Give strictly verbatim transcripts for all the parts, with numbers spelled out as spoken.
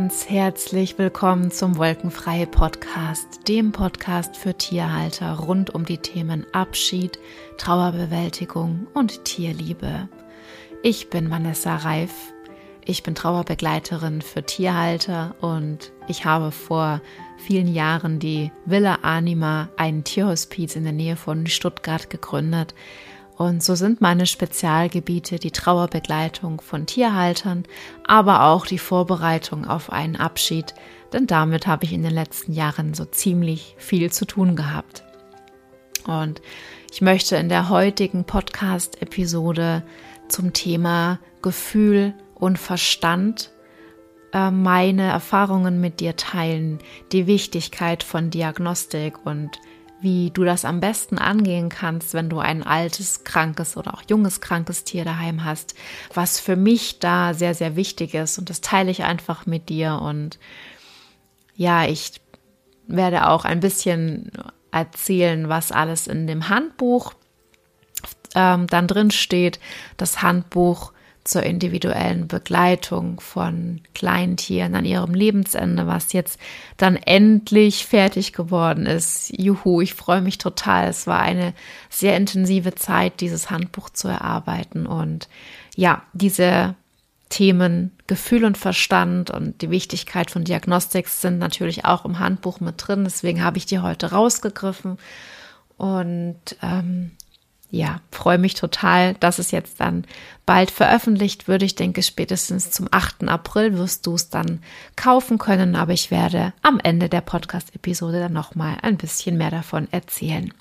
ganz herzlich willkommen zum Wolkenfrei Podcast, dem Podcast für Tierhalter rund um die Themen Abschied, Trauerbewältigung und Tierliebe. Ich bin Vanessa Reif, ich bin Trauerbegleiterin für Tierhalter und ich habe vor vielen Jahren die Villa Anima, ein Tierhospiz in der Nähe von Stuttgart, gegründet. Und so sind meine Spezialgebiete die Trauerbegleitung von Tierhaltern, aber auch die Vorbereitung auf einen Abschied, denn damit habe ich in den letzten Jahren so ziemlich viel zu tun gehabt. Und ich möchte in der heutigen Podcast-Episode zum Thema Gefühl und Verstand äh, meine Erfahrungen mit dir teilen, die Wichtigkeit von Diagnostik und wie du das am besten angehen kannst, wenn du ein altes, krankes oder auch junges, krankes Tier daheim hast, was für mich da sehr, sehr wichtig ist, und das teile ich einfach mit dir. Und ja, ich werde auch ein bisschen erzählen, was alles in dem Handbuch ähm, dann drin steht, das Handbuch zur individuellen Begleitung von Kleintieren an ihrem Lebensende, was jetzt dann endlich fertig geworden ist. Juhu, ich freue mich total. Es war eine sehr intensive Zeit, dieses Handbuch zu erarbeiten. Und ja, diese Themen Gefühl und Verstand und die Wichtigkeit von Diagnostik sind natürlich auch im Handbuch mit drin. Deswegen habe ich die heute rausgegriffen und ähm, Ja, freue mich total, dass es jetzt dann bald veröffentlicht wird. Ich denke, spätestens zum achten April wirst du es dann kaufen können, aber ich werde am Ende der Podcast-Episode dann nochmal ein bisschen mehr davon erzählen.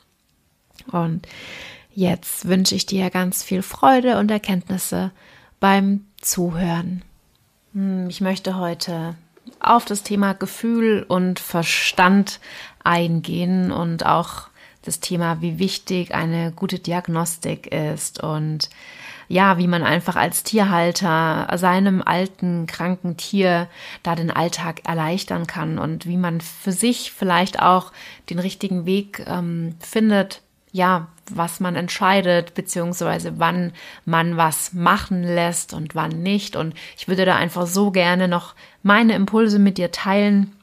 Und jetzt wünsche ich dir ganz viel Freude und Erkenntnisse beim Zuhören. Ich möchte heute auf das Thema Gefühl und Verstand eingehen und auch das Thema, wie wichtig eine gute Diagnostik ist und ja, wie man einfach als Tierhalter seinem alten, kranken Tier da den Alltag erleichtern kann und wie man für sich vielleicht auch den richtigen Weg ähm, findet, ja, was man entscheidet, beziehungsweise wann man was machen lässt und wann nicht. Und ich würde da einfach so gerne noch meine Impulse mit dir teilen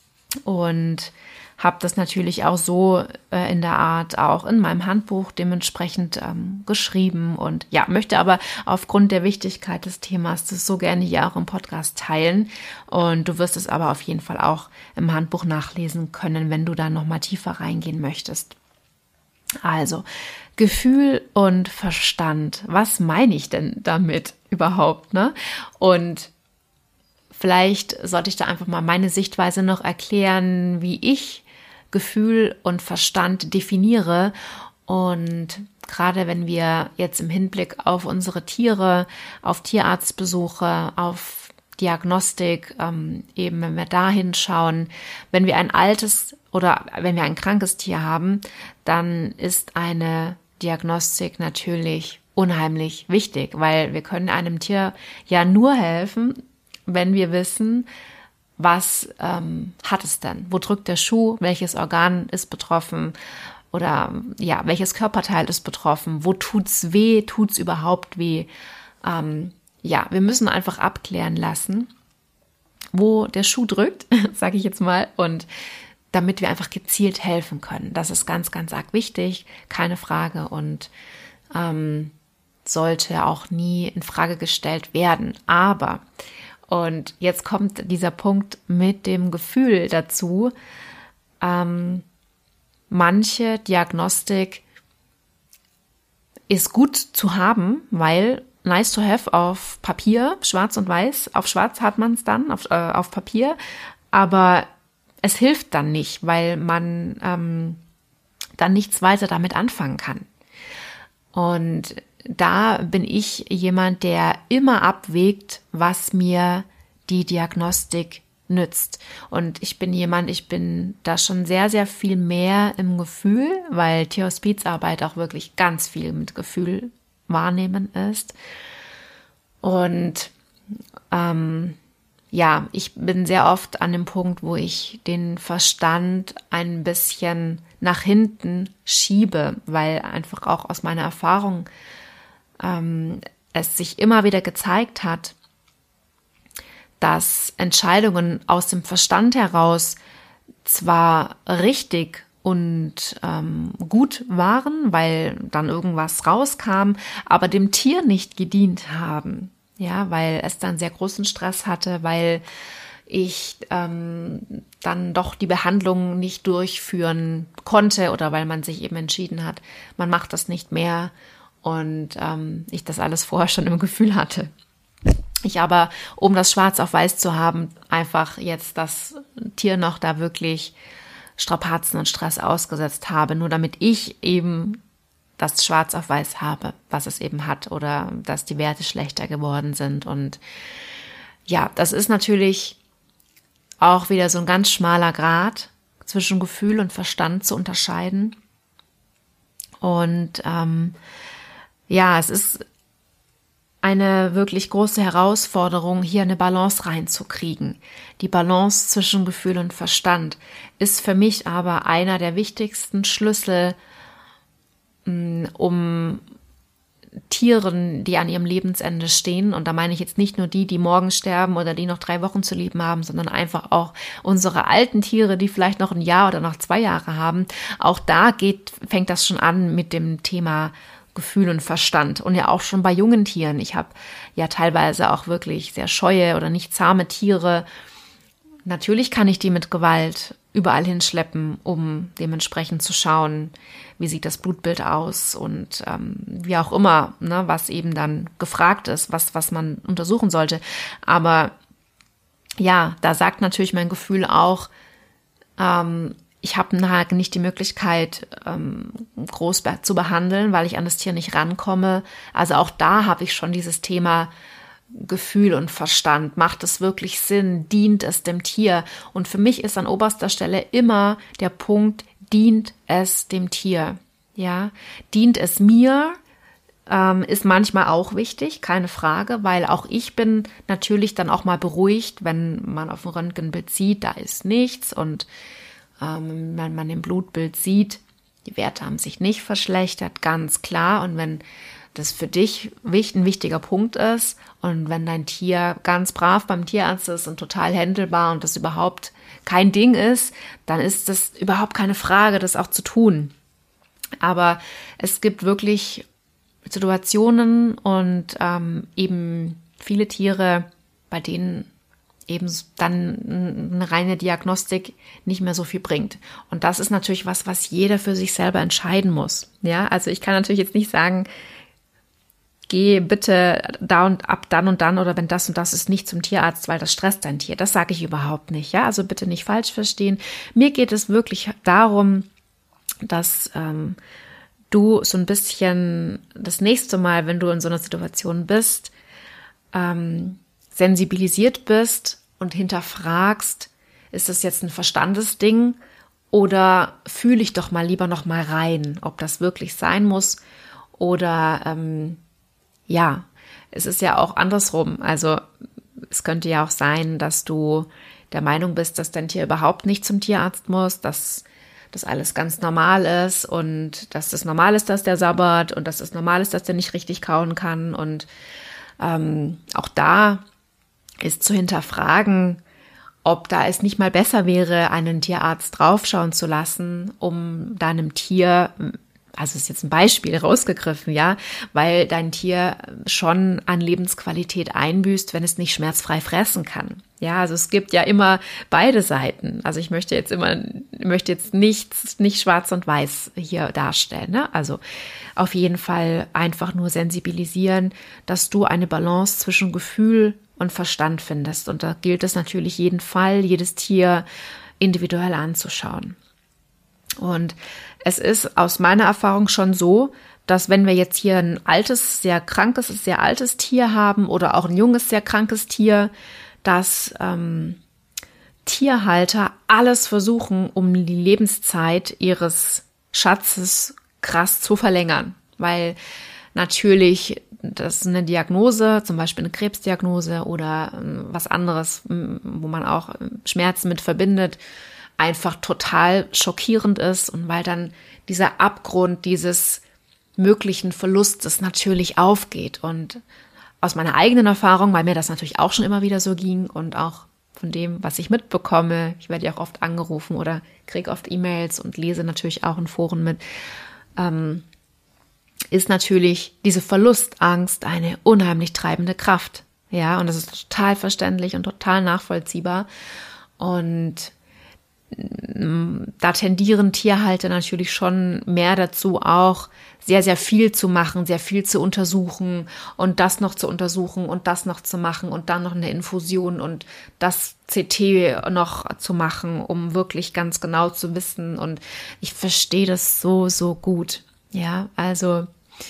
und habe das natürlich auch so äh, in der Art auch in meinem Handbuch dementsprechend ähm, geschrieben und ja, möchte aber aufgrund der Wichtigkeit des Themas das so gerne hier auch im Podcast teilen, und du wirst es aber auf jeden Fall auch im Handbuch nachlesen können, wenn du da nochmal tiefer reingehen möchtest. Also, Gefühl und Verstand, was meine ich denn damit überhaupt, ne? Und vielleicht sollte ich da einfach mal meine Sichtweise noch erklären, wie ich Gefühl und Verstand definiere. Und gerade wenn wir jetzt im Hinblick auf unsere Tiere, auf Tierarztbesuche, auf Diagnostik, ähm, eben wenn wir da hinschauen, wenn wir ein altes oder wenn wir ein krankes Tier haben, dann ist eine Diagnostik natürlich unheimlich wichtig, weil wir können einem Tier ja nur helfen, wenn wir wissen, was ähm, hat es denn? Wo drückt der Schuh? Welches Organ ist betroffen? Oder ja, welches Körperteil ist betroffen? Wo tut's weh? Tut's überhaupt weh? Ähm, ja, wir müssen einfach abklären lassen, wo der Schuh drückt, sage ich jetzt mal, und damit wir einfach gezielt helfen können. Das ist ganz, ganz arg wichtig, keine Frage, und ähm, sollte auch nie in Frage gestellt werden. Aber und jetzt kommt dieser Punkt mit dem Gefühl dazu. Ähm, manche Diagnostik ist gut zu haben, weil nice to have auf Papier, schwarz und weiß, auf schwarz hat man es dann, auf, äh, auf Papier, aber es hilft dann nicht, weil man ähm, dann nichts weiter damit anfangen kann. Und da bin ich jemand, der immer abwägt, was mir die Diagnostik nützt. Und ich bin jemand, ich bin da schon sehr, sehr viel mehr im Gefühl, weil Tierhospizarbeit auch wirklich ganz viel mit Gefühl wahrnehmen ist. Und ähm, ja, ich bin sehr oft an dem Punkt, wo ich den Verstand ein bisschen nach hinten schiebe, weil einfach auch aus meiner Erfahrung ähm, es sich immer wieder gezeigt hat, dass Entscheidungen aus dem Verstand heraus zwar richtig und ähm, gut waren, weil dann irgendwas rauskam, aber dem Tier nicht gedient haben, ja, weil es dann sehr großen Stress hatte, weil ich ähm, dann doch die Behandlung nicht durchführen konnte oder weil man sich eben entschieden hat, man macht das nicht mehr und ähm, ich das alles vorher schon im Gefühl hatte. Ich aber, um das schwarz auf weiß zu haben, einfach jetzt das Tier noch da wirklich Strapazen und Stress ausgesetzt habe, nur damit ich eben das schwarz auf weiß habe, was es eben hat oder dass die Werte schlechter geworden sind. Und ja, das ist natürlich auch wieder so ein ganz schmaler Grat zwischen Gefühl und Verstand zu unterscheiden. Und ähm, ja, es ist eine wirklich große Herausforderung, hier eine Balance reinzukriegen. Die Balance zwischen Gefühl und Verstand ist für mich aber einer der wichtigsten Schlüssel, um Tieren, die an ihrem Lebensende stehen, und da meine ich jetzt nicht nur die, die morgen sterben oder die noch drei Wochen zu leben haben, sondern einfach auch unsere alten Tiere, die vielleicht noch ein Jahr oder noch zwei Jahre haben. Auch da geht, fängt das schon an mit dem Thema Gefühl und Verstand und ja auch schon bei jungen Tieren. Ich habe ja teilweise auch wirklich sehr scheue oder nicht zahme Tiere. Natürlich kann ich die mit Gewalt überall hinschleppen, um dementsprechend zu schauen, wie sieht das Blutbild aus und ähm, wie auch immer, ne, was eben dann gefragt ist, was, was man untersuchen sollte. Aber ja, da sagt natürlich mein Gefühl auch, ähm, ich habe nachher nicht die Möglichkeit, ähm, groß be- zu behandeln, weil ich an das Tier nicht rankomme. Also auch da habe ich schon dieses Thema Gefühl und Verstand. Macht es wirklich Sinn? Dient es dem Tier? Und für mich ist an oberster Stelle immer der Punkt, dient es dem Tier? Ja, dient es mir? Ähm, ist manchmal auch wichtig, keine Frage, weil auch ich bin natürlich dann auch mal beruhigt, wenn man auf dem Röntgenbild sieht, da ist nichts und ähm, wenn man im Blutbild sieht, die Werte haben sich nicht verschlechtert, ganz klar. Und wenn das für dich ein wichtiger Punkt ist und wenn dein Tier ganz brav beim Tierarzt ist und total händelbar und das überhaupt kein Ding ist, dann ist das überhaupt keine Frage, das auch zu tun. Aber es gibt wirklich Situationen und ähm, eben viele Tiere, bei denen eben dann eine reine Diagnostik nicht mehr so viel bringt. Und das ist natürlich was, was jeder für sich selber entscheiden muss. Ja, also ich kann natürlich jetzt nicht sagen, geh bitte da und ab dann und dann oder wenn das und das ist nicht zum Tierarzt, weil das stresst dein Tier. Das sage ich überhaupt nicht. Ja, also bitte nicht falsch verstehen. Mir geht es wirklich darum, dass ähm, du so ein bisschen das nächste Mal, wenn du in so einer Situation bist, ähm, sensibilisiert bist und hinterfragst, ist das jetzt ein Verstandesding oder fühle ich doch mal lieber noch mal rein, ob das wirklich sein muss oder ähm, ja, es ist ja auch andersrum. Also es könnte ja auch sein, dass du der Meinung bist, dass dein Tier überhaupt nicht zum Tierarzt muss, dass das alles ganz normal ist und dass es normal ist, dass der sabbert und dass es normal ist, dass der nicht richtig kauen kann. Und ähm, auch da ist zu hinterfragen, ob da es nicht mal besser wäre, einen Tierarzt draufschauen zu lassen, um deinem Tier, also ist jetzt ein Beispiel rausgegriffen, ja, weil dein Tier schon an Lebensqualität einbüßt, wenn es nicht schmerzfrei fressen kann. Ja, also es gibt ja immer beide Seiten. Also ich möchte jetzt immer, möchte jetzt nichts, nicht schwarz und weiß hier darstellen, ne? Also auf jeden Fall einfach nur sensibilisieren, dass du eine Balance zwischen Gefühl und Verstand findest. Und da gilt es natürlich jeden Fall, jedes Tier individuell anzuschauen. Und es ist aus meiner Erfahrung schon so, dass wenn wir jetzt hier ein altes, sehr krankes, sehr altes Tier haben oder auch ein junges, sehr krankes Tier, dass ähm, Tierhalter alles versuchen, um die Lebenszeit ihres Schatzes krass zu verlängern. Weil natürlich das ist eine Diagnose, zum Beispiel eine Krebsdiagnose oder ähm, was anderes, wo man auch Schmerzen mit verbindet, einfach total schockierend ist und weil dann dieser Abgrund dieses möglichen Verlustes natürlich aufgeht und aus meiner eigenen Erfahrung, weil mir das natürlich auch schon immer wieder so ging und auch von dem, was ich mitbekomme, ich werde ja auch oft angerufen oder kriege oft E-Mails und lese natürlich auch in Foren mit, ähm, ist natürlich diese Verlustangst eine unheimlich treibende Kraft. Ja, und das ist total verständlich und total nachvollziehbar. Und da tendieren Tierhalter natürlich schon mehr dazu, auch sehr, sehr viel zu machen, sehr viel zu untersuchen und das noch zu untersuchen und das noch zu machen und dann noch eine Infusion und das C T noch zu machen, um wirklich ganz genau zu wissen. Und ich verstehe das so, so gut. Ja, also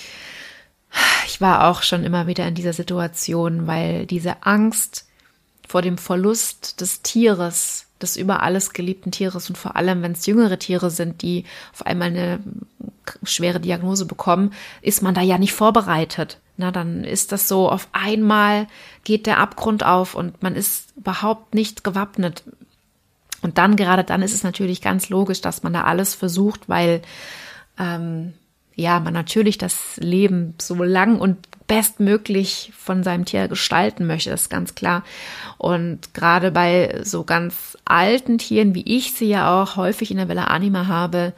ich war auch schon immer wieder in dieser Situation, weil diese Angst vor dem Verlust des Tieres, des über alles geliebten Tieres und vor allem, wenn es jüngere Tiere sind, die auf einmal eine schwere Diagnose bekommen, ist man da ja nicht vorbereitet. Na, dann ist das so, auf einmal geht der Abgrund auf und man ist überhaupt nicht gewappnet. Und dann, gerade dann ist es natürlich ganz logisch, dass man da alles versucht, weil ähm, ja, man natürlich das Leben so lang und bestmöglich von seinem Tier gestalten möchte, das ist ganz klar. Und gerade bei so ganz alten Tieren, wie ich sie ja auch häufig in der Villa Anima habe,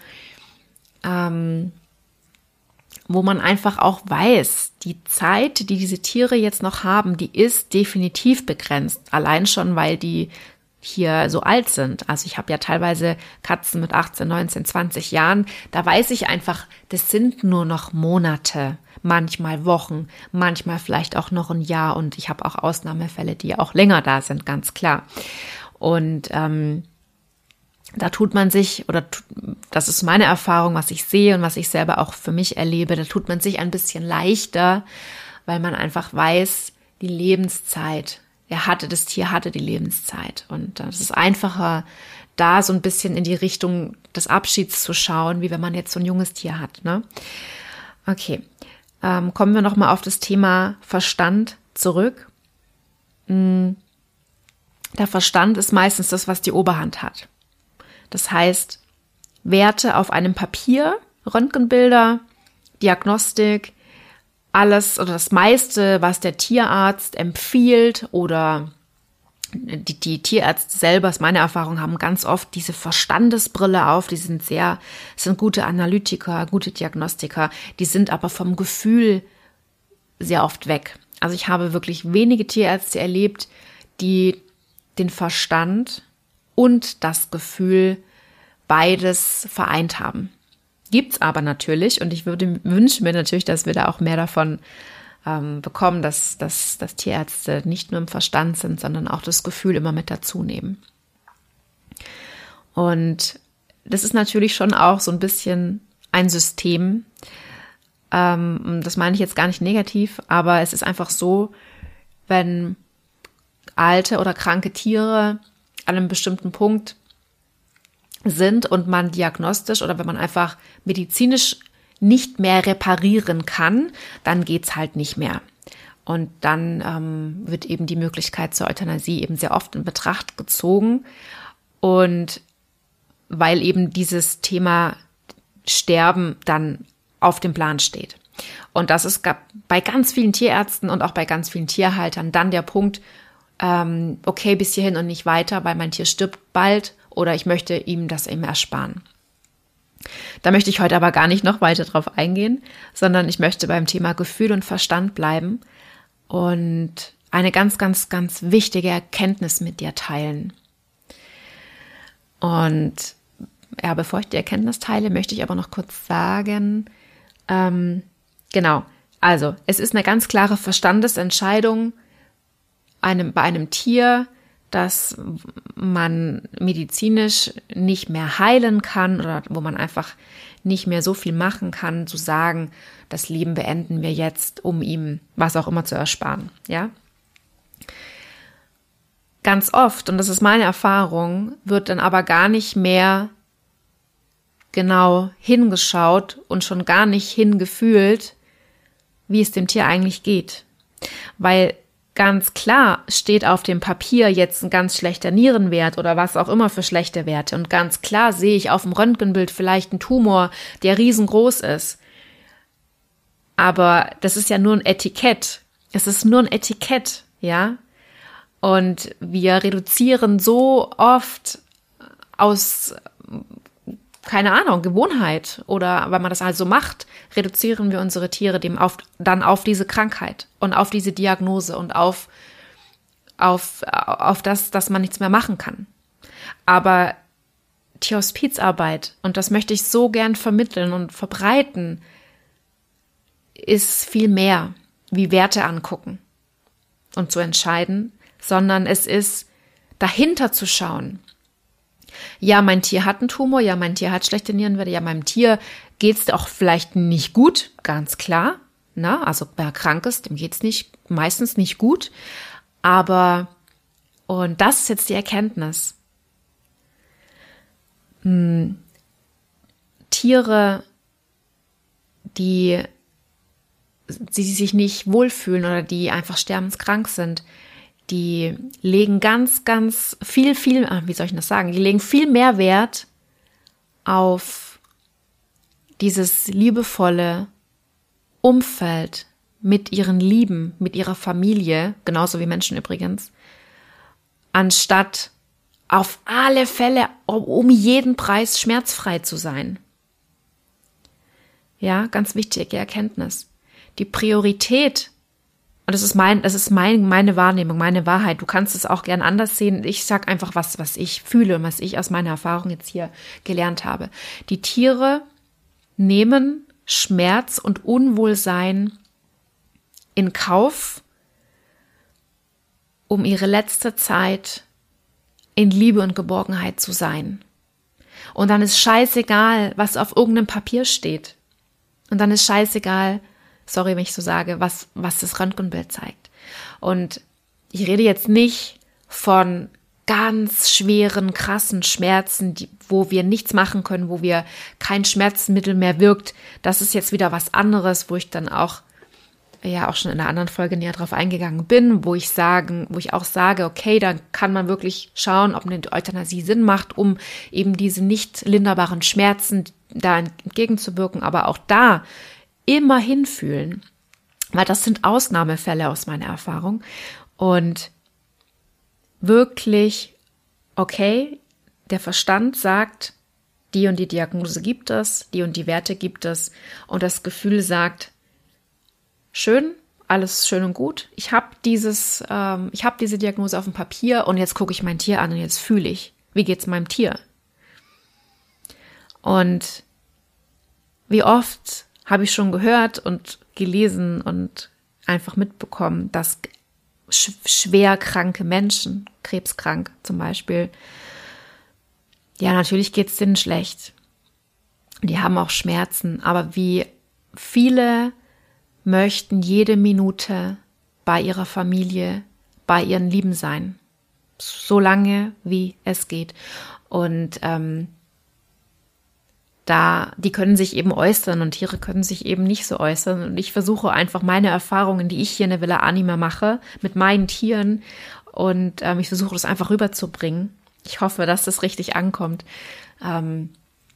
ähm, wo man einfach auch weiß, die Zeit, die diese Tiere jetzt noch haben, die ist definitiv begrenzt. Allein schon, weil die hier so alt sind. Also ich habe ja teilweise Katzen mit achtzehn, neunzehn, zwanzig Jahren. Da weiß ich einfach, das sind nur noch Monate, manchmal Wochen, manchmal vielleicht auch noch ein Jahr. Und ich habe auch Ausnahmefälle, die auch länger da sind, ganz klar. Und ähm, da tut man sich, oder das ist meine Erfahrung, was ich sehe und was ich selber auch für mich erlebe, da tut man sich ein bisschen leichter, weil man einfach weiß, die Lebenszeit, er hatte, das Tier hatte die Lebenszeit. Und es ist einfacher, da so ein bisschen in die Richtung des Abschieds zu schauen, wie wenn man jetzt so ein junges Tier hat. Ne? Okay, ähm, kommen wir nochmal auf das Thema Verstand zurück. Der Verstand ist meistens das, was die Oberhand hat. Das heißt, Werte auf einem Papier, Röntgenbilder, Diagnostik, alles oder das meiste, was der Tierarzt empfiehlt oder die, die Tierärzte selber, ist meine Erfahrung, haben ganz oft diese Verstandesbrille auf. Die sind sehr, sind gute Analytiker, gute Diagnostiker. Die sind aber vom Gefühl sehr oft weg. Also ich habe wirklich wenige Tierärzte erlebt, die den Verstand und das Gefühl beides vereint haben. Gibt's aber natürlich, und ich würde wünsche mir natürlich, dass wir da auch mehr davon ähm, bekommen, dass, dass, dass Tierärzte nicht nur im Verstand sind, sondern auch das Gefühl immer mit dazu nehmen. Und das ist natürlich schon auch so ein bisschen ein System. Ähm, das meine ich jetzt gar nicht negativ, aber es ist einfach so, wenn alte oder kranke Tiere an einem bestimmten Punkt sind und man diagnostisch oder wenn man einfach medizinisch nicht mehr reparieren kann, dann geht's halt nicht mehr. Und dann ähm, wird eben die Möglichkeit zur Euthanasie eben sehr oft in Betracht gezogen. Und weil eben dieses Thema Sterben dann auf dem Plan steht. Und das ist bei ganz vielen Tierärzten und auch bei ganz vielen Tierhaltern dann der Punkt, ähm, okay, bis hierhin und nicht weiter, weil mein Tier stirbt bald oder ich möchte ihm das eben ersparen. Da möchte ich heute aber gar nicht noch weiter drauf eingehen, sondern ich möchte beim Thema Gefühl und Verstand bleiben und eine ganz, ganz, ganz wichtige Erkenntnis mit dir teilen. Und ja, bevor ich die Erkenntnis teile, möchte ich aber noch kurz sagen, ähm, genau, also es ist eine ganz klare Verstandesentscheidung einem, bei einem Tier, dass man medizinisch nicht mehr heilen kann oder wo man einfach nicht mehr so viel machen kann, zu sagen, das Leben beenden wir jetzt, um ihm was auch immer zu ersparen. Ja? Ganz oft, und das ist meine Erfahrung, wird dann aber gar nicht mehr genau hingeschaut und schon gar nicht hingefühlt, wie es dem Tier eigentlich geht. Weil ganz klar steht auf dem Papier jetzt ein ganz schlechter Nierenwert oder was auch immer für schlechte Werte. Und ganz klar sehe ich auf dem Röntgenbild vielleicht einen Tumor, der riesengroß ist. Aber das ist ja nur ein Etikett. Es ist nur ein Etikett, ja. Und wir reduzieren so oft aus, keine Ahnung, Gewohnheit oder weil man das halt so macht, reduzieren wir unsere Tiere dem auf, dann auf diese Krankheit und auf diese Diagnose und auf, auf, auf das, dass man nichts mehr machen kann. Aber Tierhospizarbeit, und das möchte ich so gern vermitteln und verbreiten, ist viel mehr wie Werte angucken und zu entscheiden, sondern es ist dahinter zu schauen. Ja, mein Tier hat einen Tumor, ja, mein Tier hat schlechte Nierenwerte, ja, meinem Tier geht's auch vielleicht nicht gut, ganz klar. Na, also wer krank ist, dem geht's nicht, meistens nicht gut. Aber, und das ist jetzt die Erkenntnis, hm, Tiere, die, die sich nicht wohlfühlen oder die einfach sterbenskrank sind, die legen ganz, ganz viel, viel, wie soll ich das sagen, die legen viel mehr Wert auf dieses liebevolle Umfeld mit ihren Lieben, mit ihrer Familie, genauso wie Menschen übrigens, anstatt auf alle Fälle um jeden Preis schmerzfrei zu sein. Ja, ganz wichtige Erkenntnis. Die Priorität, und das ist mein, das ist mein, meine Wahrnehmung, meine Wahrheit. Du kannst es auch gern anders sehen. Ich sag einfach was, was ich fühle und was ich aus meiner Erfahrung jetzt hier gelernt habe. Die Tiere nehmen Schmerz und Unwohlsein in Kauf, um ihre letzte Zeit in Liebe und Geborgenheit zu sein. Und dann ist scheißegal, was auf irgendeinem Papier steht. Und dann ist scheißegal, sorry, wenn ich so sage, was, was das Röntgenbild zeigt. Und ich rede jetzt nicht von ganz schweren, krassen Schmerzen, die, wo wir nichts machen können, wo wir kein Schmerzmittel mehr wirkt. Das ist jetzt wieder was anderes, wo ich dann auch, ja, auch schon in einer anderen Folge näher drauf eingegangen bin, wo ich sagen, wo ich auch sage, okay, dann kann man wirklich schauen, ob eine Euthanasie Sinn macht, um eben diese nicht linderbaren Schmerzen da entgegenzuwirken. Aber auch da immer hinfühlen, weil das sind Ausnahmefälle aus meiner Erfahrung und wirklich, okay, der Verstand sagt, die und die Diagnose gibt es, die und die Werte gibt es und das Gefühl sagt, schön, alles schön und gut, ich habe dieses, ähm, ich habe diese Diagnose auf dem Papier und jetzt gucke ich mein Tier an und jetzt fühle ich, wie geht's meinem Tier? Und wie oft habe ich schon gehört und gelesen und einfach mitbekommen, dass sch- schwer kranke Menschen, krebskrank zum Beispiel, ja, natürlich geht's denen schlecht. Die haben auch Schmerzen, aber wie viele möchten jede Minute bei ihrer Familie, bei ihren Lieben sein. So lange, wie es geht. Und ähm, da, die können sich eben äußern und Tiere können sich eben nicht so äußern. Und ich versuche einfach meine Erfahrungen, die ich hier in der Villa Anima mache, mit meinen Tieren und ähm, ich versuche das einfach rüberzubringen. Ich hoffe, dass das richtig ankommt. Ähm,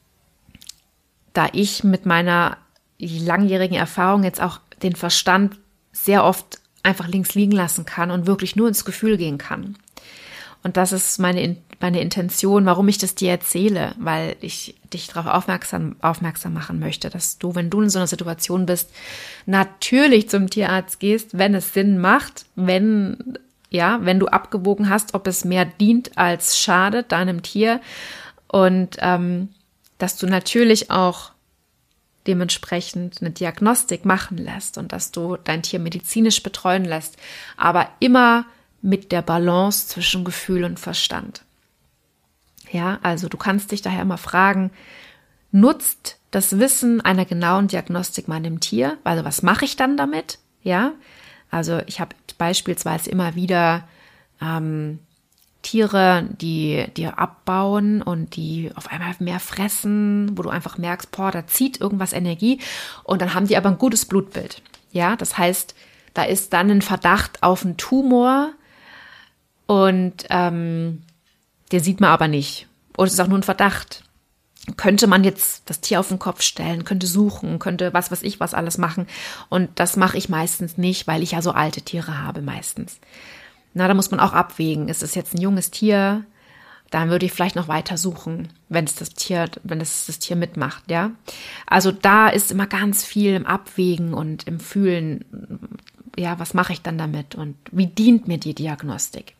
da ich mit meiner langjährigen Erfahrung jetzt auch den Verstand sehr oft einfach links liegen lassen kann und wirklich nur ins Gefühl gehen kann. Und das ist meine, meine Intention, warum ich das dir erzähle, weil ich dich darauf aufmerksam, aufmerksam machen möchte, dass du, wenn du in so einer Situation bist, natürlich zum Tierarzt gehst, wenn es Sinn macht, wenn, ja, wenn du abgewogen hast, ob es mehr dient als schadet deinem Tier und ähm, dass du natürlich auch dementsprechend eine Diagnostik machen lässt und dass du dein Tier medizinisch betreuen lässt, aber immer mit der Balance zwischen Gefühl und Verstand. Ja, also du kannst dich daher immer fragen, nutzt das Wissen einer genauen Diagnostik meinem Tier? Also was mache ich dann damit? Ja, also ich habe beispielsweise immer wieder ähm, Tiere, die dir abbauen und die auf einmal mehr fressen, wo du einfach merkst, boah, da zieht irgendwas Energie und dann haben die aber ein gutes Blutbild. Ja, das heißt, da ist dann ein Verdacht auf einen Tumor und ähm, den sieht man aber nicht. Oder es ist auch nur ein Verdacht. könnte man jetzt das Tier auf den Kopf stellen, könnte suchen, könnte was weiß ich was alles machen. Und das mache ich meistens nicht, weil ich ja so alte Tiere habe meistens. Na, da muss man auch abwägen. Ist es jetzt ein junges Tier? Dann würde ich vielleicht noch weiter suchen, wenn es das Tier, wenn es das Tier mitmacht, ja. Also da ist immer ganz viel im Abwägen und im Fühlen, ja, was mache ich dann damit und wie dient mir die Diagnostik?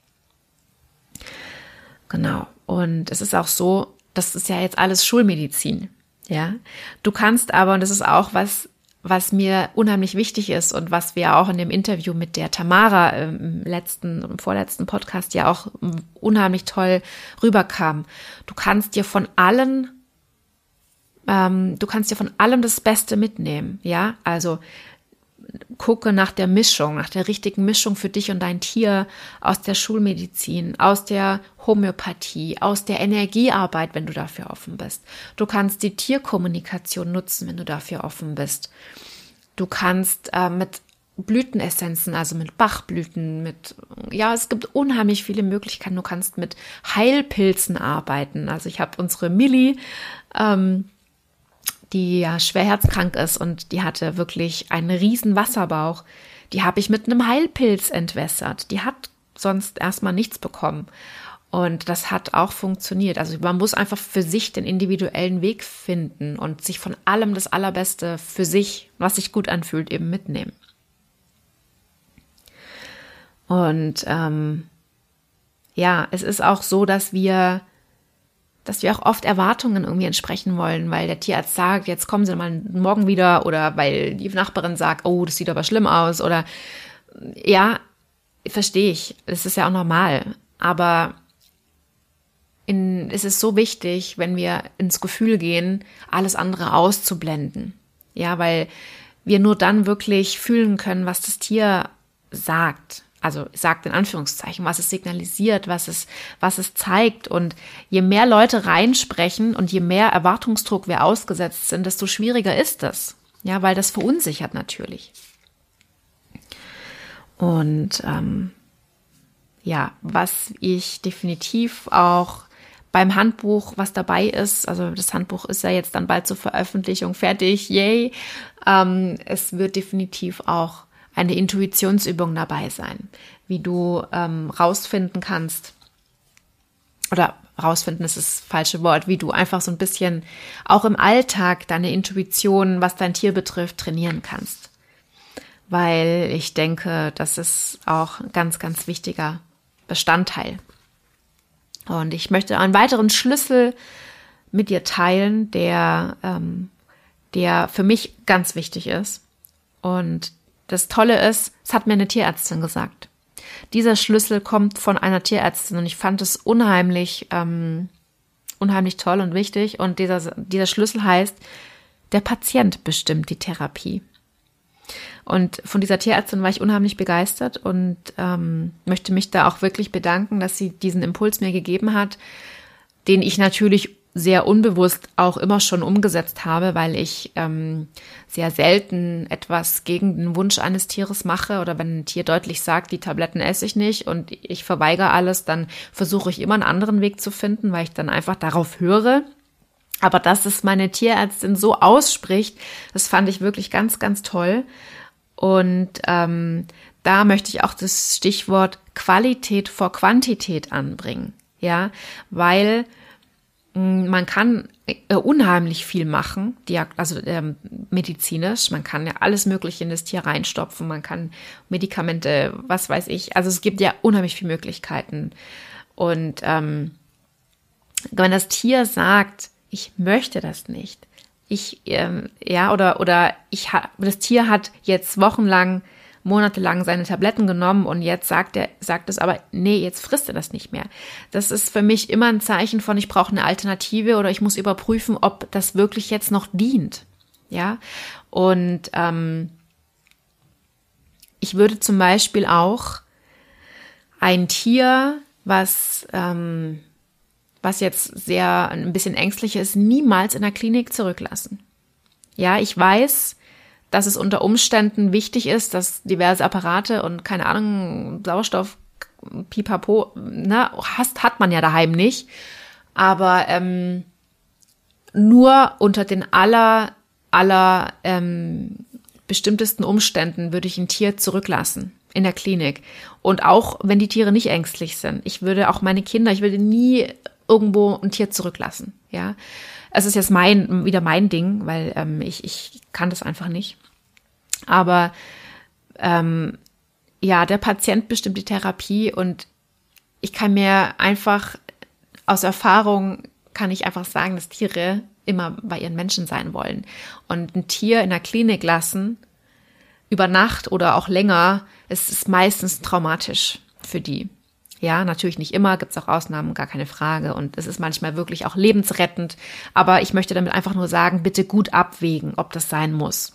Genau. Und es ist auch so, das ist ja jetzt alles Schulmedizin, ja. Du kannst aber, und das ist auch was, was mir unheimlich wichtig ist und was wir auch in dem Interview mit der Tamara im letzten, im vorletzten Podcast ja auch unheimlich toll rüberkam. Du kannst dir von allen, ähm, du kannst dir von allem das Beste mitnehmen, ja. Also gucke nach der Mischung, nach der richtigen Mischung für dich und dein Tier aus der Schulmedizin, aus der Homöopathie, aus der Energiearbeit, wenn du dafür offen bist. Du kannst die Tierkommunikation nutzen, wenn du dafür offen bist. Du kannst äh, mit Blütenessenzen, also mit Bachblüten, mit, ja, es gibt unheimlich viele Möglichkeiten. Du kannst mit Heilpilzen arbeiten. Also ich habe unsere Milli, ähm, die ja schwer herzkrank ist und die hatte wirklich einen riesen Wasserbauch. Die habe ich mit einem Heilpilz entwässert. Die hat sonst erstmal nichts bekommen. Und das hat auch funktioniert. Also man muss einfach für sich den individuellen Weg finden und sich von allem das Allerbeste für sich, was sich gut anfühlt, eben mitnehmen. Und ähm, ja, es ist auch so, dass wir dass wir auch oft Erwartungen irgendwie entsprechen wollen, weil der Tierarzt sagt, jetzt kommen Sie mal morgen wieder oder weil die Nachbarin sagt, oh, das sieht aber schlimm aus oder ja, verstehe ich, das ist ja auch normal, aber in, es ist so wichtig, wenn wir ins Gefühl gehen, alles andere auszublenden, ja, weil wir nur dann wirklich fühlen können, was das Tier sagt. Also sagt in Anführungszeichen, was es signalisiert, was es, was es zeigt. Und je mehr Leute reinsprechen und je mehr Erwartungsdruck wir ausgesetzt sind, desto schwieriger ist das. Ja, weil das verunsichert natürlich. Und ähm, ja, was ich definitiv auch beim Handbuch, was dabei ist, also das Handbuch ist ja jetzt dann bald zur Veröffentlichung fertig, yay. Ähm, es wird definitiv auch eine Intuitionsübung dabei sein, wie du ähm, rausfinden kannst, oder rausfinden ist das falsche Wort, wie du einfach so ein bisschen auch im Alltag deine Intuition, was dein Tier betrifft, trainieren kannst. Weil ich denke, das ist auch ein ganz, ganz wichtiger Bestandteil. Und ich möchte einen weiteren Schlüssel mit dir teilen, der, ähm, der für mich ganz wichtig ist. Und das Tolle ist, es hat mir eine Tierärztin gesagt. Dieser Schlüssel kommt von einer Tierärztin und ich fand es unheimlich, ähm, unheimlich toll und wichtig. Und dieser, dieser Schlüssel heißt, der Patient bestimmt die Therapie. Und von dieser Tierärztin war ich unheimlich begeistert und ähm, möchte mich da auch wirklich bedanken, dass sie diesen Impuls mir gegeben hat, den ich natürlich sehr unbewusst auch immer schon umgesetzt habe, weil ich ähm, sehr selten etwas gegen den Wunsch eines Tieres mache oder wenn ein Tier deutlich sagt, die Tabletten esse ich nicht und ich verweigere alles, dann versuche ich immer einen anderen Weg zu finden, weil ich dann einfach darauf höre. Aber dass es meine Tierärztin so ausspricht, das fand ich wirklich ganz, ganz toll. Und ähm, da möchte ich auch das Stichwort Qualität vor Quantität anbringen, ja, weil man kann äh, unheimlich viel machen, also ähm, medizinisch. Man kann ja alles Mögliche in das Tier reinstopfen. Man kann Medikamente, was weiß ich. Also es gibt ja unheimlich viele Möglichkeiten. Und ähm, wenn das Tier sagt, ich möchte das nicht, ich ähm, ja oder oder ich ha, das Tier hat jetzt wochenlang, monatelang seine Tabletten genommen und jetzt sagt er, sagt es aber, nee, jetzt frisst er das nicht mehr. Das ist für mich immer ein Zeichen von, ich brauche eine Alternative oder ich muss überprüfen, ob das wirklich jetzt noch dient. Ja, und ähm, ich würde zum Beispiel auch ein Tier, was ähm, was jetzt sehr ein bisschen ängstlich ist, niemals in der Klinik zurücklassen. Ja, ich weiß, dass es unter Umständen wichtig ist, dass diverse Apparate und keine Ahnung, Sauerstoff, Pipapo, ne, hast, hat man ja daheim nicht. Aber ähm, nur unter den aller, aller ähm, bestimmtesten Umständen würde ich ein Tier zurücklassen in der Klinik. Und auch wenn die Tiere nicht ängstlich sind. Ich würde auch meine Kinder, ich würde nie irgendwo ein Tier zurücklassen. Ja, es ist jetzt mein wieder mein Ding, weil ähm, ich ich kann das einfach nicht. Aber ähm, ja, der Patient bestimmt die Therapie und ich kann mir einfach aus Erfahrung kann ich einfach sagen, dass Tiere immer bei ihren Menschen sein wollen. Und ein Tier in der Klinik lassen, über Nacht oder auch länger, es ist meistens traumatisch für die. Ja, natürlich nicht immer, gibt es auch Ausnahmen, gar keine Frage. Und es ist manchmal wirklich auch lebensrettend. Aber ich möchte damit einfach nur sagen, bitte gut abwägen, ob das sein muss.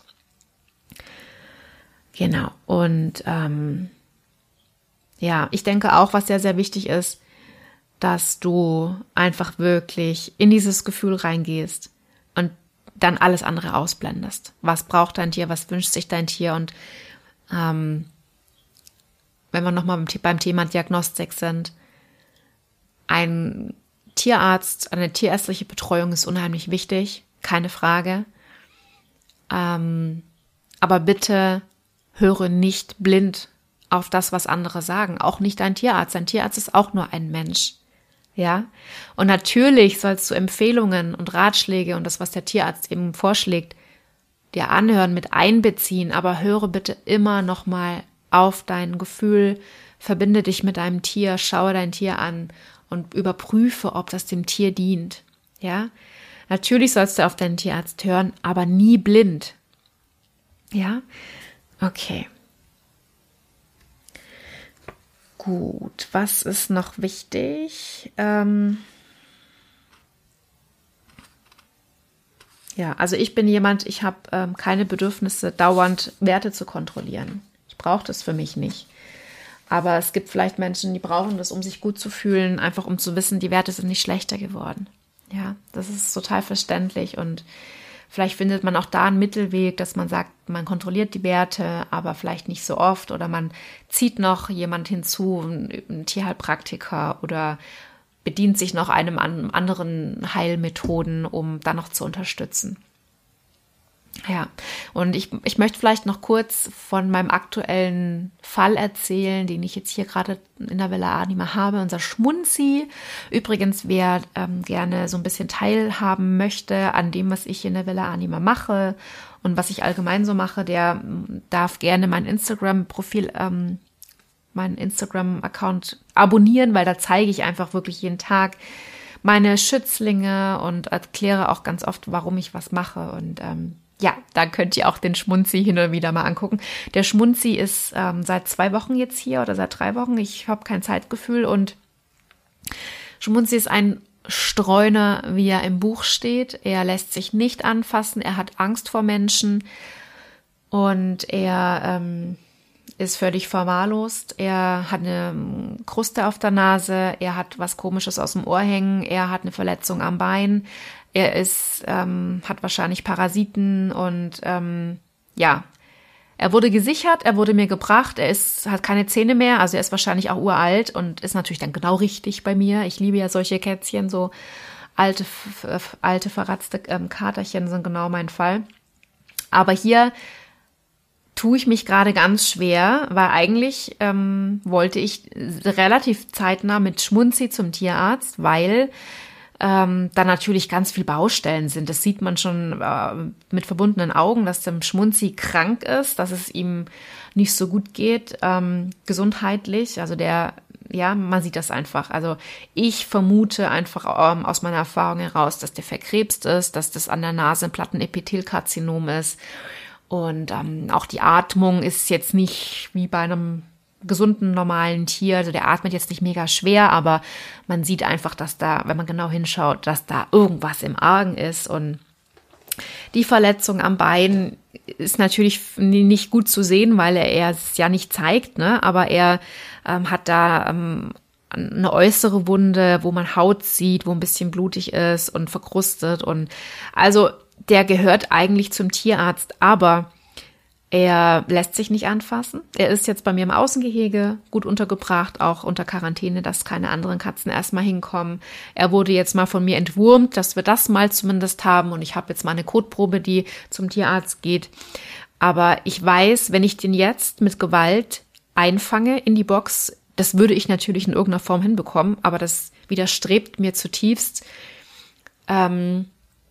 Genau. Und ähm, ja, ich denke auch, was sehr, sehr wichtig ist, dass du einfach wirklich in dieses Gefühl reingehst und dann alles andere ausblendest. Was braucht dein Tier, was wünscht sich dein Tier? Und ähm, wenn wir nochmal beim, beim Thema Diagnostik sind, ein Tierarzt, eine tierärztliche Betreuung ist unheimlich wichtig, keine Frage. Ähm, aber bitte höre nicht blind auf das, was andere sagen. Auch nicht dein Tierarzt. Dein Tierarzt ist auch nur ein Mensch. Ja, und natürlich sollst du Empfehlungen und Ratschläge und das, was der Tierarzt eben vorschlägt, dir anhören, mit einbeziehen, aber höre bitte immer noch mal auf dein Gefühl, verbinde dich mit deinem Tier, schaue dein Tier an und überprüfe, ob das dem Tier dient. Ja, natürlich sollst du auf deinen Tierarzt hören, aber nie blind. Ja, okay. Gut, was ist noch wichtig? Ähm ja, also ich bin jemand, ich habe ähm, keine Bedürfnisse, dauernd Werte zu kontrollieren. Ich brauche das für mich nicht. Aber es gibt vielleicht Menschen, die brauchen das, um sich gut zu fühlen, einfach um zu wissen, die Werte sind nicht schlechter geworden. Ja, das ist total verständlich und vielleicht findet man auch da einen Mittelweg, dass man sagt, man kontrolliert die Werte, aber vielleicht nicht so oft oder man zieht noch jemand hinzu, einen Tierheilpraktiker oder bedient sich noch einem an anderen Heilmethoden, um dann noch zu unterstützen. Ja, und ich, ich möchte vielleicht noch kurz von meinem aktuellen Fall erzählen, den ich jetzt hier gerade in der Villa Anima habe, unser Schmunzi. Übrigens, wer ähm, gerne so ein bisschen teilhaben möchte an dem, was ich in der Villa Anima mache und was ich allgemein so mache, der darf gerne mein Instagram-Profil, ähm, meinen Instagram-Account abonnieren, weil da zeige ich einfach wirklich jeden Tag meine Schützlinge und erkläre auch ganz oft, warum ich was mache und ähm, ja, da könnt ihr auch den Schmunzi hin und wieder mal angucken. Der Schmunzi ist ähm, seit zwei Wochen jetzt hier oder seit drei Wochen. Ich habe kein Zeitgefühl und Schmunzi ist ein Streuner, wie er im Buch steht. Er lässt sich nicht anfassen, er hat Angst vor Menschen und er ähm, ist völlig verwahrlost. Er hat eine Kruste auf der Nase, er hat was Komisches aus dem Ohr hängen, er hat eine Verletzung am Bein. Er ist, ähm, hat wahrscheinlich Parasiten und ähm, ja, er wurde gesichert, er wurde mir gebracht, er ist, hat keine Zähne mehr, also er ist wahrscheinlich auch uralt und ist natürlich dann genau richtig bei mir. Ich liebe ja solche Kätzchen, so alte, f- alte verratzte ähm, Katerchen sind genau mein Fall. Aber hier tue ich mich gerade ganz schwer, weil eigentlich ähm, wollte ich relativ zeitnah mit Schmunzi zum Tierarzt, weil Ähm, da natürlich ganz viel Baustellen sind. Das sieht man schon äh, mit verbundenen Augen, dass der Schmunzi krank ist, dass es ihm nicht so gut geht, ähm, gesundheitlich. Also der, ja, man sieht das einfach. Also ich vermute einfach ähm, aus meiner Erfahrung heraus, dass der verkrebst ist, dass das an der Nase ein Plattenepithelkarzinom ist. Und ähm, auch die Atmung ist jetzt nicht wie bei einem gesunden, normalen Tier, also der atmet jetzt nicht mega schwer, aber man sieht einfach, dass da, wenn man genau hinschaut, dass da irgendwas im Argen ist und die Verletzung am Bein ist natürlich nicht gut zu sehen, weil er es ja nicht zeigt, ne? Aber er ähm, hat da ähm, eine äußere Wunde, wo man Haut sieht, wo ein bisschen blutig ist und verkrustet und also der gehört eigentlich zum Tierarzt, aber Er lässt sich nicht anfassen. Er ist jetzt bei mir im Außengehege gut untergebracht, auch unter Quarantäne, dass keine anderen Katzen erstmal hinkommen. Er wurde jetzt mal von mir entwurmt, dass wir das mal zumindest haben. Und ich habe jetzt mal eine Kotprobe, die zum Tierarzt geht. Aber ich weiß, wenn ich den jetzt mit Gewalt einfange in die Box, das würde ich natürlich in irgendeiner Form hinbekommen, aber das widerstrebt mir zutiefst. Ähm,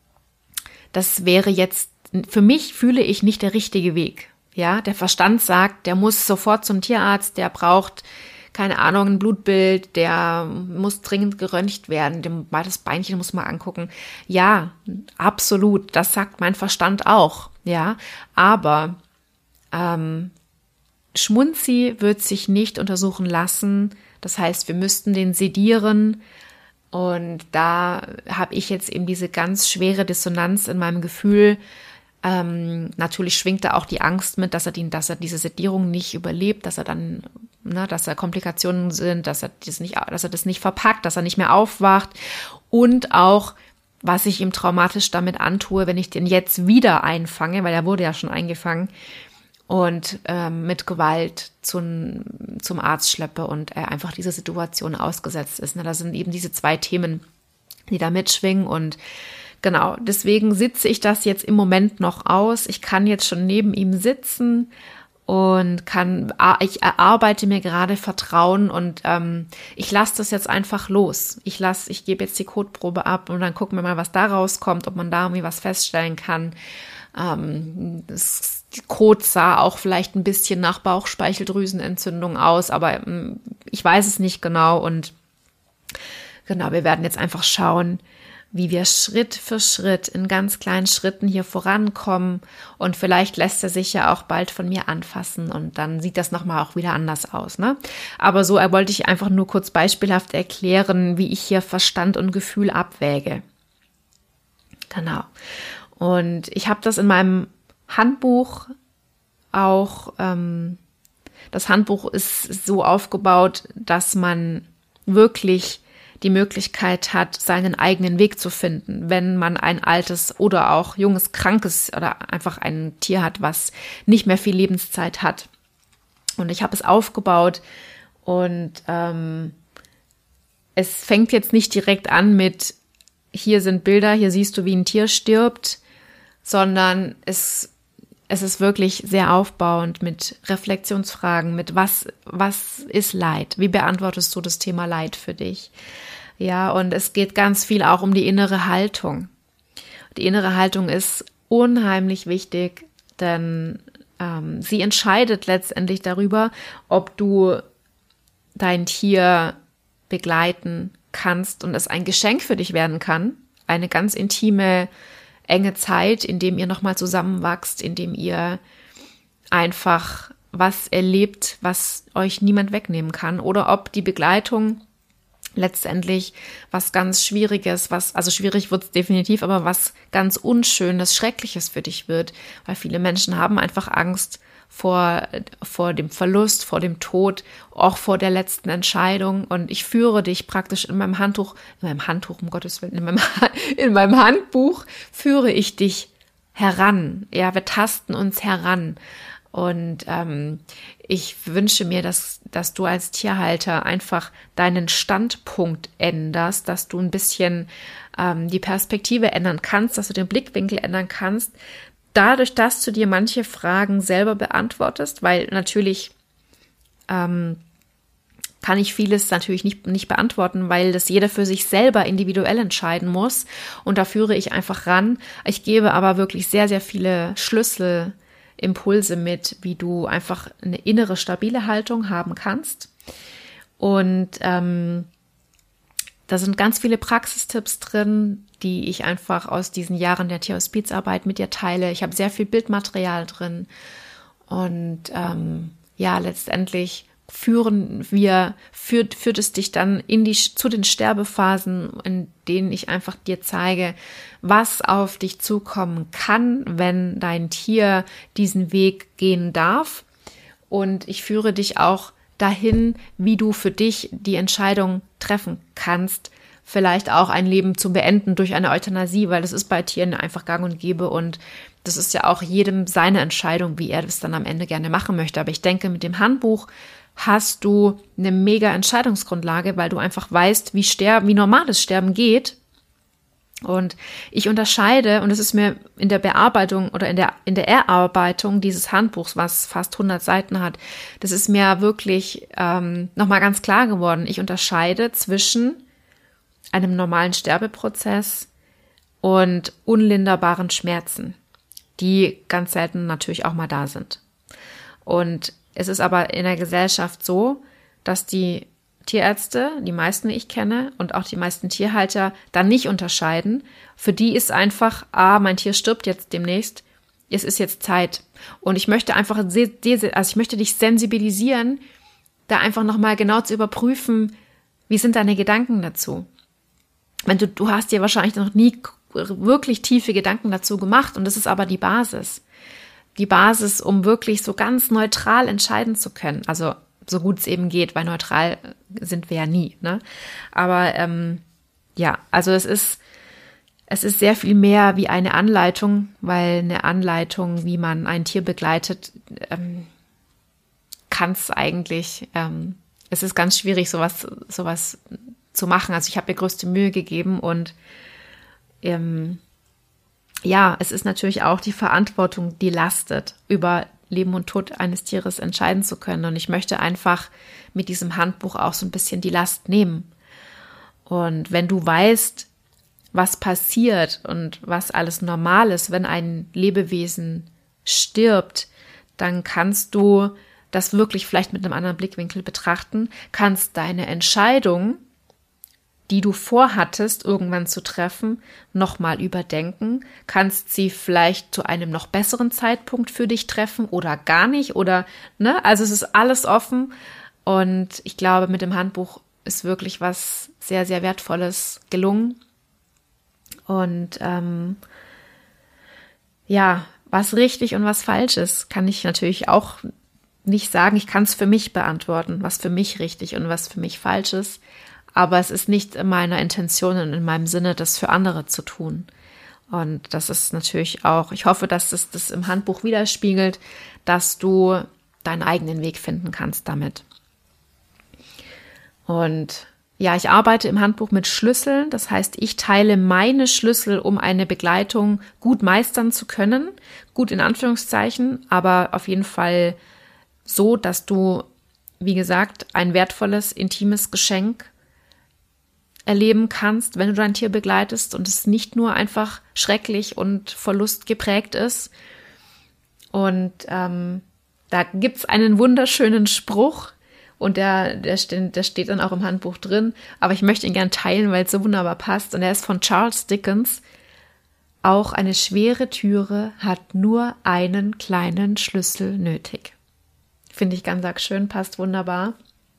das wäre jetzt, für mich fühle ich nicht der richtige Weg. Ja, der Verstand sagt, der muss sofort zum Tierarzt, der braucht, keine Ahnung, ein Blutbild, der muss dringend geröntgt werden, dem, das Beinchen muss man angucken. Ja, absolut, das sagt mein Verstand auch, ja, aber ähm, Schmunzi wird sich nicht untersuchen lassen, das heißt, wir müssten den sedieren und da habe ich jetzt eben diese ganz schwere Dissonanz in meinem Gefühl. Ähm, natürlich schwingt da auch die Angst mit, dass er, die, dass er diese Sedierung nicht überlebt, dass er dann, ne, dass da Komplikationen sind, dass er das nicht, dass er das nicht verpackt, dass er nicht mehr aufwacht und auch, was ich ihm traumatisch damit antue, wenn ich den jetzt wieder einfange, weil er wurde ja schon eingefangen und ähm, mit Gewalt zum, zum Arzt schleppe und er einfach dieser Situation ausgesetzt ist. Ne, da sind eben diese zwei Themen, die da mitschwingen und genau, deswegen sitze ich das jetzt im Moment noch aus. Ich kann jetzt schon neben ihm sitzen und kann, ich erarbeite mir gerade Vertrauen und ähm, ich lasse das jetzt einfach los. Ich lasse, ich gebe jetzt die Kotprobe ab und dann gucken wir mal, was da rauskommt, ob man da irgendwie was feststellen kann. Ähm, das Kot sah auch vielleicht ein bisschen nach Bauchspeicheldrüsenentzündung aus, aber ähm, ich weiß es nicht genau und genau, wir werden jetzt einfach schauen, wie wir Schritt für Schritt in ganz kleinen Schritten hier vorankommen und vielleicht lässt er sich ja auch bald von mir anfassen und dann sieht das nochmal auch wieder anders aus, ne? Aber so wollte ich einfach nur kurz beispielhaft erklären, wie ich hier Verstand und Gefühl abwäge. Genau. Und ich habe das in meinem Handbuch auch, ähm, das Handbuch ist so aufgebaut, dass man wirklich die Möglichkeit hat, seinen eigenen Weg zu finden, wenn man ein altes oder auch junges, krankes oder einfach ein Tier hat, was nicht mehr viel Lebenszeit hat. Und ich habe es aufgebaut und ähm, es fängt jetzt nicht direkt an mit, hier sind Bilder, hier siehst du, wie ein Tier stirbt, sondern es, es ist wirklich sehr aufbauend mit Reflexionsfragen, mit was, was ist Leid? Wie beantwortest du das Thema Leid für dich? Ja, und es geht ganz viel auch um die innere Haltung. Die innere Haltung ist unheimlich wichtig, denn ähm, sie entscheidet letztendlich darüber, ob du dein Tier begleiten kannst und es ein Geschenk für dich werden kann. Eine ganz intime, enge Zeit, in dem ihr nochmal zusammenwachst, in dem ihr einfach was erlebt, was euch niemand wegnehmen kann. Oder ob die Begleitung letztendlich was ganz Schwieriges, was, also schwierig wird es definitiv, aber was ganz Unschönes, Schreckliches für dich wird, weil viele Menschen haben einfach Angst vor, vor dem Verlust, vor dem Tod, auch vor der letzten Entscheidung und ich führe dich praktisch in meinem Handtuch, in meinem Handtuch, um Gottes Willen, in meinem, in meinem Handbuch führe ich dich heran, ja, wir tasten uns heran. Und ähm, ich wünsche mir, dass, dass du als Tierhalter einfach deinen Standpunkt änderst, dass du ein bisschen ähm, die Perspektive ändern kannst, dass du den Blickwinkel ändern kannst, dadurch, dass du dir manche Fragen selber beantwortest, weil natürlich ähm, kann ich vieles natürlich nicht, nicht beantworten, weil das jeder für sich selber individuell entscheiden muss. Und da führe ich einfach ran. Ich gebe aber wirklich sehr, sehr viele Schlüssel, Impulse mit, wie du einfach eine innere, stabile Haltung haben kannst. Und ähm, da sind ganz viele Praxistipps drin, die ich einfach aus diesen Jahren der Tierhospizarbeit mit dir teile. Ich habe sehr viel Bildmaterial drin. Und ähm, ja, letztendlich führen wir, führt, führt es dich dann in die, zu den Sterbephasen, in denen ich einfach dir zeige, was auf dich zukommen kann, wenn dein Tier diesen Weg gehen darf. Und ich führe dich auch dahin, wie du für dich die Entscheidung treffen kannst, vielleicht auch ein Leben zu beenden durch eine Euthanasie, weil das ist bei Tieren einfach gang und gäbe und das ist ja auch jedem seine Entscheidung, wie er das dann am Ende gerne machen möchte. Aber ich denke, mit dem Handbuch hast du eine mega Entscheidungsgrundlage, weil du einfach weißt, wie sterben, wie normales Sterben geht. Und ich unterscheide, und es ist mir in der Bearbeitung oder in der, in der Erarbeitung dieses Handbuchs, was fast hundert Seiten hat, das ist mir wirklich ähm, nochmal ganz klar geworden. Ich unterscheide zwischen einem normalen Sterbeprozess und unlinderbaren Schmerzen, die ganz selten natürlich auch mal da sind. Und es ist aber in der Gesellschaft so, dass die Tierärzte, die meisten, die ich kenne, und auch die meisten Tierhalter dann nicht unterscheiden. Für die ist einfach, ah, mein Tier stirbt jetzt demnächst, es ist jetzt Zeit. Und ich möchte einfach, also ich möchte dich sensibilisieren, da einfach nochmal genau zu überprüfen, wie sind deine Gedanken dazu? Wenn du, du hast dir wahrscheinlich noch nie wirklich tiefe Gedanken dazu gemacht und das ist aber die Basis. Die Basis, um wirklich so ganz neutral entscheiden zu können. Also so gut es eben geht, weil neutral sind wir ja nie, ne? Aber ähm, ja, also es ist, es ist sehr viel mehr wie eine Anleitung, weil eine Anleitung, wie man ein Tier begleitet, ähm, kann es eigentlich, ähm, es ist ganz schwierig, sowas, sowas zu machen. Also ich habe mir größte Mühe gegeben und ähm, ja, es ist natürlich auch die Verantwortung, die lastet, über Leben und Tod eines Tieres entscheiden zu können. Und ich möchte einfach mit diesem Handbuch auch so ein bisschen die Last nehmen. Und wenn du weißt, was passiert und was alles normal ist, wenn ein Lebewesen stirbt, dann kannst du das wirklich vielleicht mit einem anderen Blickwinkel betrachten, kannst deine Entscheidung, die du vorhattest, irgendwann zu treffen, nochmal überdenken, kannst sie vielleicht zu einem noch besseren Zeitpunkt für dich treffen oder gar nicht oder, ne, also es ist alles offen und ich glaube, mit dem Handbuch ist wirklich was sehr, sehr Wertvolles gelungen und ähm, ja, was richtig und was falsch ist, kann ich natürlich auch nicht sagen, ich kann es für mich beantworten, was für mich richtig und was für mich falsch ist. Aber es ist nicht in meiner Intention und in meinem Sinne, das für andere zu tun. Und das ist natürlich auch, ich hoffe, dass es das im Handbuch widerspiegelt, dass du deinen eigenen Weg finden kannst damit. Und ja, ich arbeite im Handbuch mit Schlüsseln. Das heißt, ich teile meine Schlüssel, um eine Begleitung gut meistern zu können. Gut in Anführungszeichen, aber auf jeden Fall so, dass du, wie gesagt, ein wertvolles, intimes Geschenk erleben kannst, wenn du dein Tier begleitest und es nicht nur einfach schrecklich und Verlust geprägt ist. Und ähm, da gibt's einen wunderschönen Spruch und der, der, steht, der steht dann auch im Handbuch drin, aber ich möchte ihn gern teilen, weil es so wunderbar passt. Und er ist von Charles Dickens. Auch eine schwere Türe hat nur einen kleinen Schlüssel nötig. Finde ich ganz arg schön, passt wunderbar.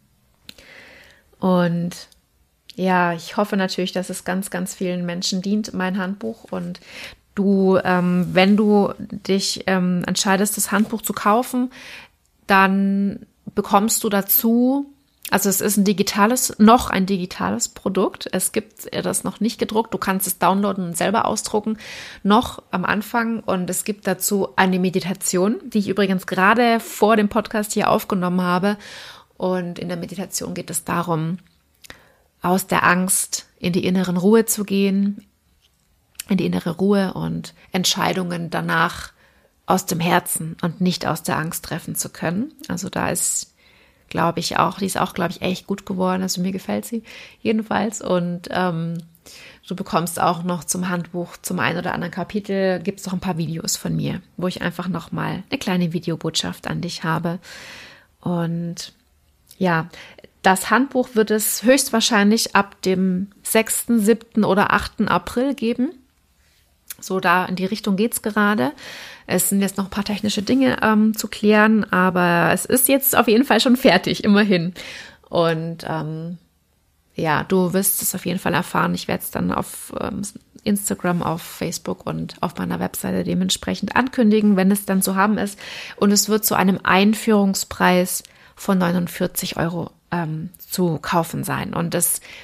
Und ja, ich hoffe natürlich, dass es ganz, ganz vielen Menschen dient, mein Handbuch. Und du, ähm, wenn du dich ähm, entscheidest, das Handbuch zu kaufen, dann bekommst du dazu, also es ist ein digitales, noch ein digitales Produkt. Es gibt das noch nicht gedruckt. Du kannst es downloaden und selber ausdrucken, noch am Anfang. Und es gibt dazu eine Meditation, die ich übrigens gerade vor dem Podcast hier aufgenommen habe. Und in der Meditation geht es darum, aus der Angst in die inneren Ruhe zu gehen, in die innere Ruhe und Entscheidungen danach aus dem Herzen und nicht aus der Angst treffen zu können. Also da ist, glaube ich, auch, die ist auch, glaube ich, echt gut geworden. Also mir gefällt sie jedenfalls. Und ähm, du bekommst auch noch zum Handbuch, zum einen oder anderen Kapitel, gibt es noch ein paar Videos von mir, wo ich einfach nochmal eine kleine Videobotschaft an dich habe. Und ja, das Handbuch wird es höchstwahrscheinlich ab dem sechsten, siebten oder achten April geben. So, da in die Richtung geht's gerade. Es sind jetzt noch ein paar technische Dinge ähm, zu klären, aber es ist jetzt auf jeden Fall schon fertig, immerhin. Und ähm, ja, du wirst es auf jeden Fall erfahren. Ich werde es dann auf ähm, Instagram, auf Facebook und auf meiner Webseite dementsprechend ankündigen, wenn es dann zu haben ist. Und es wird zu einem Einführungspreis von neunundvierzig Euro ähm, zu kaufen sein. Und das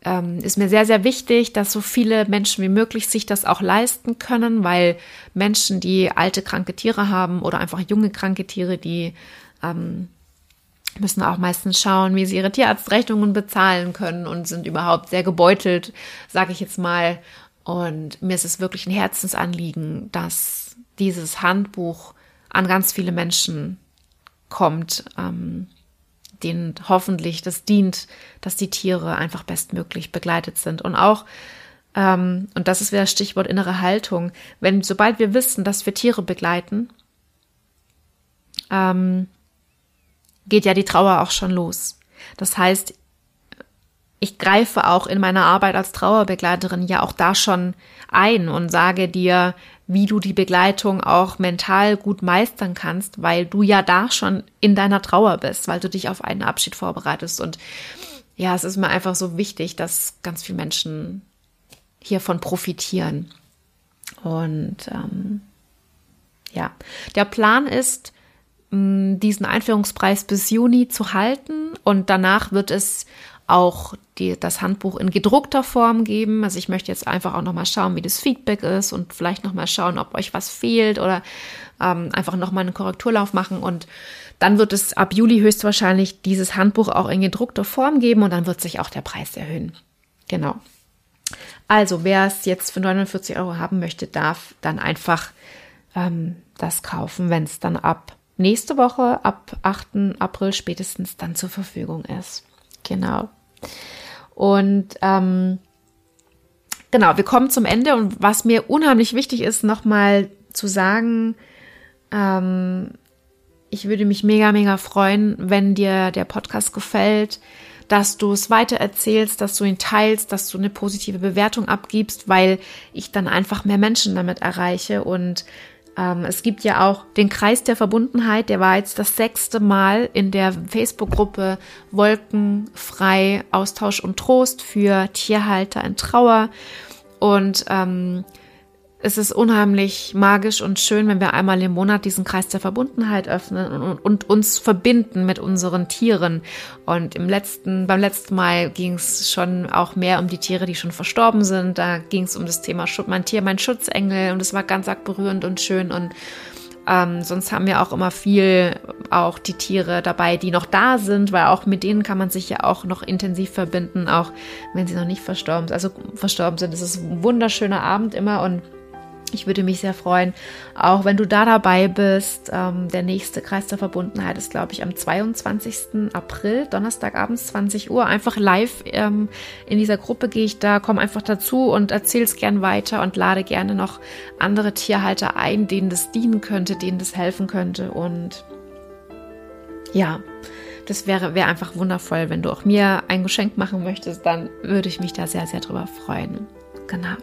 ähm, ist mir sehr, sehr wichtig, dass so viele Menschen wie möglich sich das auch leisten können, weil Menschen, die alte, kranke Tiere haben oder einfach junge, kranke Tiere, die ähm, müssen auch meistens schauen, wie sie ihre Tierarztrechnungen bezahlen können und sind überhaupt sehr gebeutelt, sage ich jetzt mal. Und mir ist es wirklich ein Herzensanliegen, dass dieses Handbuch an ganz viele Menschen kommt, ähm, denen hoffentlich das dient, dass die Tiere einfach bestmöglich begleitet sind. Und auch, ähm, und das ist wieder das Stichwort innere Haltung, wenn, sobald wir wissen, dass wir Tiere begleiten, ähm, geht ja die Trauer auch schon los. Das heißt, ich greife auch in meiner Arbeit als Trauerbegleiterin ja auch da schon ein und sage dir, wie du die Begleitung auch mental gut meistern kannst, weil du ja da schon in deiner Trauer bist, weil du dich auf einen Abschied vorbereitest. Und ja, es ist mir einfach so wichtig, dass ganz viele Menschen hiervon profitieren. Und ähm, ja, der Plan ist, diesen Einführungspreis bis Juni zu halten und danach wird es auch die, das Handbuch in gedruckter Form geben. Also ich möchte jetzt einfach auch nochmal schauen, wie das Feedback ist und vielleicht nochmal schauen, ob euch was fehlt oder ähm, einfach nochmal einen Korrekturlauf machen und dann wird es ab Juli höchstwahrscheinlich dieses Handbuch auch in gedruckter Form geben und dann wird sich auch der Preis erhöhen. Genau. Also wer es jetzt für neunundvierzig Euro haben möchte, darf dann einfach ähm, das kaufen, wenn es dann ab nächste Woche, ab achten April spätestens dann zur Verfügung ist. Genau. Und ähm, genau, wir kommen zum Ende und was mir unheimlich wichtig ist, nochmal zu sagen, ähm, ich würde mich mega, mega freuen, wenn dir der Podcast gefällt, dass du es weitererzählst, dass du ihn teilst, dass du eine positive Bewertung abgibst, weil ich dann einfach mehr Menschen damit erreiche und Ähm, es gibt ja auch den Kreis der Verbundenheit, der war jetzt das sechste Mal in der Facebook-Gruppe Wolkenfrei Austausch und Trost für Tierhalter in Trauer. Und ähm, es ist unheimlich magisch und schön, wenn wir einmal im Monat diesen Kreis der Verbundenheit öffnen und, und uns verbinden mit unseren Tieren. Und im letzten, beim letzten Mal ging es schon auch mehr um die Tiere, die schon verstorben sind. Da ging es um das Thema mein Tier, mein Schutzengel. Und es war ganz arg berührend und schön. Und ähm, sonst haben wir auch immer viel auch die Tiere dabei, die noch da sind, weil auch mit denen kann man sich ja auch noch intensiv verbinden, auch wenn sie noch nicht verstorben sind. Also verstorben sind. Es ist ein wunderschöner Abend immer und ich würde mich sehr freuen, auch wenn du da dabei bist. Ähm, der nächste Kreis der Verbundenheit ist, glaube ich, am zweiundzwanzigsten April, Donnerstagabends, zwanzig Uhr. Einfach live ähm, in dieser Gruppe gehe ich da, komm einfach dazu und erzähl's gern weiter und lade gerne noch andere Tierhalter ein, denen das dienen könnte, denen das helfen könnte. Und ja, das wäre, wäre einfach wundervoll. Wenn du auch mir ein Geschenk machen möchtest, dann würde ich mich da sehr, sehr drüber freuen. Genau.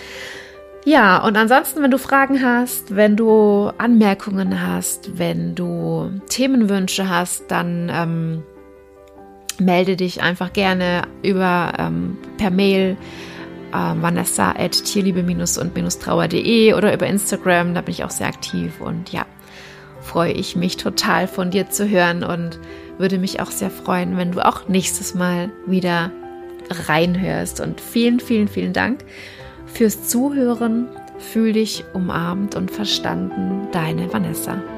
Ja, und ansonsten, wenn du Fragen hast, wenn du Anmerkungen hast, wenn du Themenwünsche hast, dann ähm, melde dich einfach gerne über ähm, per Mail äh, vanessa at tierliebe und trauer punkt de oder über Instagram, da bin ich auch sehr aktiv und ja, freue ich mich total von dir zu hören und würde mich auch sehr freuen, wenn du auch nächstes Mal wieder reinhörst und vielen, vielen, vielen Dank fürs Zuhören. Fühl dich umarmt und verstanden, deine Vanessa.